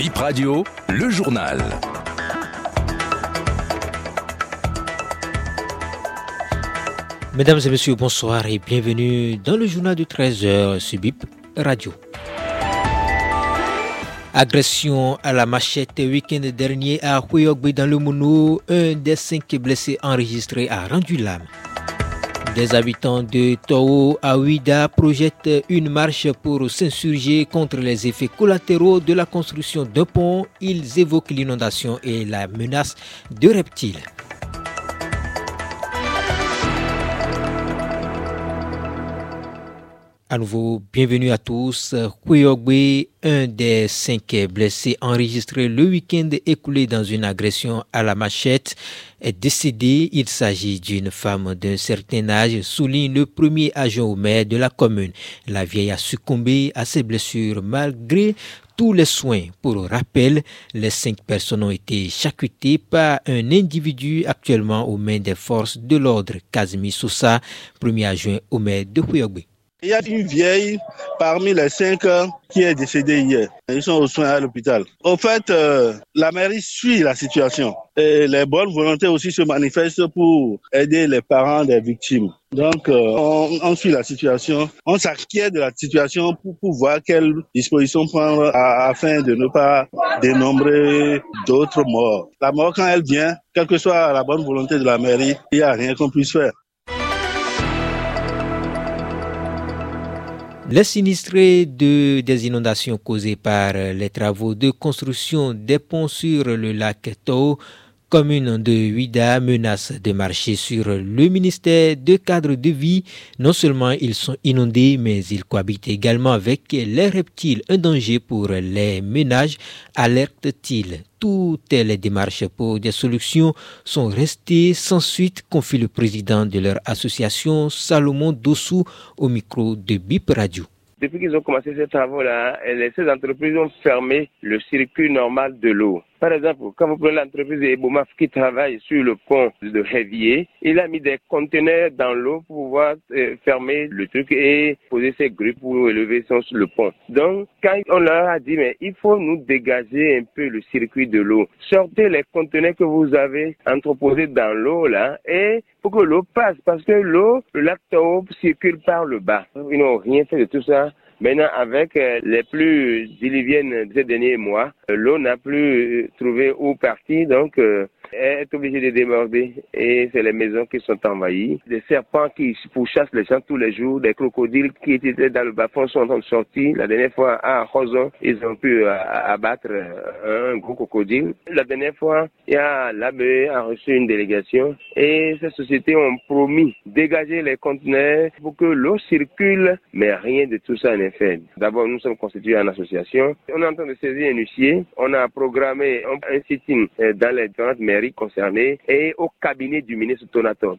Bip Radio, le journal. Mesdames et messieurs, bonsoir et bienvenue dans le journal de 13h sur Bip Radio. Agression à la machette week-end dernier à Houéogbe dans le Mono, un des 5 blessés enregistrés a rendu l'âme. Des habitants de Toho à Ouida projettent une marche pour s'insurger contre les effets collatéraux de la construction d'un pont. Ils évoquent l'inondation et la menace de reptiles. À nouveau, bienvenue à tous. Houéogbe, un des 5 blessés enregistrés le week-end écoulé dans une agression à la machette, est décédé. Il s'agit d'une femme d'un certain âge, souligne le premier adjoint au maire de la commune. La vieille a succombé à ses blessures malgré tous les soins. Pour rappel, les 5 personnes ont été charcutées par un individu actuellement aux mains des forces de l'ordre. Kazmi Sousa, premier adjoint au maire de Houéogbe. Il y a une vieille parmi les 5 qui est décédée hier. Ils sont aux soins à l'hôpital. Au fait, la mairie suit la situation. Et les bonnes volontés aussi se manifestent pour aider les parents des victimes. Donc, on suit la situation. On s'inquiète de la situation pour voir quelles dispositions prendre afin de ne pas dénombrer d'autres morts. La mort, quand elle vient, quelle que soit la bonne volonté de la mairie, il n'y a rien qu'on puisse faire. Les sinistrés des inondations causées par les travaux de construction des ponts sur le lac Toho, commune de Ouida, menacent de marcher sur le ministère de cadre de vie. Non seulement ils sont inondés, mais ils cohabitent également avec les reptiles. Un danger pour les ménages, alerte-t-il. Toutes les démarches pour des solutions sont restées sans suite, confie le président de leur association, Salomon Dossou, au micro de Bip Radio. Depuis qu'ils ont commencé ces travaux-là, ces entreprises ont fermé le circuit normal de l'eau. Par exemple, quand vous prenez l'entreprise Ebomaf qui travaille sur le pont de Révier, il a mis des conteneurs dans l'eau pour pouvoir fermer le truc et poser ses grues pour élever sur le pont. Donc, quand on leur a dit, mais il faut nous dégager un peu le circuit de l'eau, sortez les conteneurs que vous avez entreposés dans l'eau là, et pour que l'eau passe, parce que l'eau, le lac Toho circule par le bas. Ils n'ont rien fait de tout ça. Maintenant, avec les pluies diluviennes de ces derniers mois, l'eau n'a plus trouvé où partir, donc elle est obligée de déborder. Et c'est les maisons qui sont envahies. Des serpents qui pourchassent les gens tous les jours, des crocodiles qui étaient dans le bas-fond sont en train de sortir. La dernière fois, à Roson, ils ont pu abattre un gros crocodile. La dernière fois, l'ABE a reçu une délégation et ces sociétés ont promis de dégager les conteneurs pour que l'eau circule, mais rien de tout ça n'est fait. D'abord, nous sommes constitués en association. On est en train de saisir un huissier. On a programmé un sit-in dans les différentes mairies concernées et au cabinet du ministre Tonator.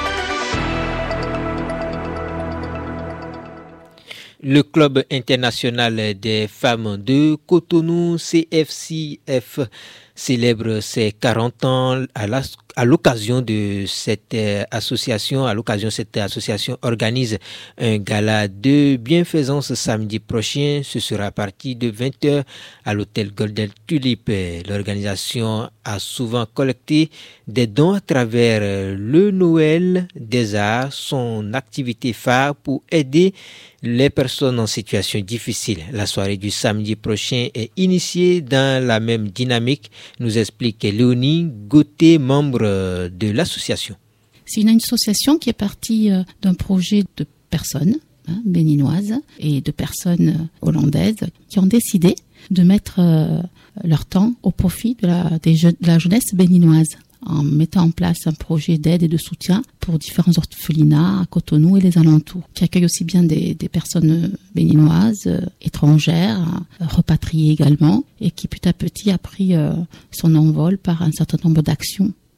Le club international des femmes de Cotonou, CFCF, célèbre ses 40 ans à l'occasion de cette association. À l'occasion, cette association organise un gala de bienfaisance samedi prochain. Ce sera à partir de 20h à l'hôtel Golden Tulip. L'organisation a souvent collecté des dons à travers le Noël des Arts, son activité phare pour aider les personnes en situation difficile. La soirée du samedi prochain est initiée dans la même dynamique, nous explique Léonie Gauthier, membre de l'association. C'est une association qui est partie d'un projet de personnes béninoises et de personnes hollandaises qui ont décidé de mettre leur temps au profit de la jeunesse béninoise, en mettant en place un projet d'aide et de soutien pour différents orphelinats à Cotonou et les alentours, qui accueillent aussi bien des personnes béninoises, étrangères, repatriées également, et qui petit à petit a pris son envol par un certain nombre d'actions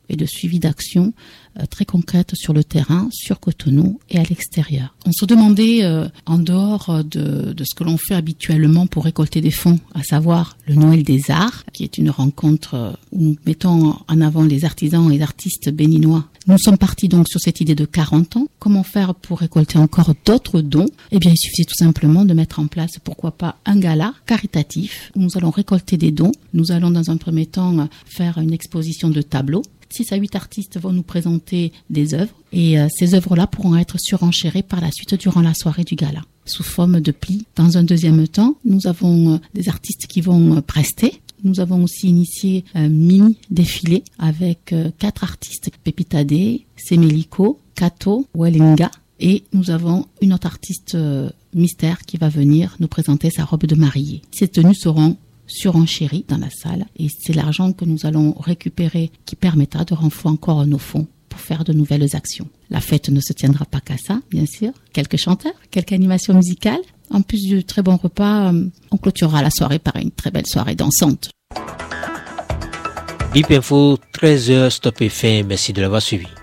et de suivi d'actions très concrètes sur le terrain, sur Cotonou et à l'extérieur. On se demandait, en dehors de ce que l'on fait habituellement pour récolter des fonds, à savoir le Noël des Arts, qui est une rencontre où nous mettons en avant les artisans et les artistes béninois. Nous sommes partis donc sur cette idée de 40 ans. Comment faire pour récolter encore d'autres dons? Eh bien, il suffisait tout simplement de mettre en place, pourquoi pas, un gala caritatif où nous allons récolter des dons. Nous allons dans un premier temps faire une exposition de tableaux. 6 à 8 artistes vont nous présenter des œuvres et ces œuvres-là pourront être surenchérées par la suite durant la soirée du gala sous forme de plis. Dans un deuxième temps, nous avons des artistes qui vont prester. Nous avons aussi initié un mini défilé avec 4 artistes, Pepita Day, Semeliko, Kato, Welinga, et nous avons une autre artiste mystère qui va venir nous présenter sa robe de mariée. Ces tenues seront surenchéries dans la salle et c'est l'argent que nous allons récupérer qui permettra de renflouer encore nos fonds pour faire de nouvelles actions. La fête ne se tiendra pas qu'à ça, bien sûr. Quelques chanteurs, quelques animations musicales. En plus du très bon repas, on clôturera la soirée par une très belle soirée dansante. Bip Info, 13h, Stop FM, merci de l'avoir suivi.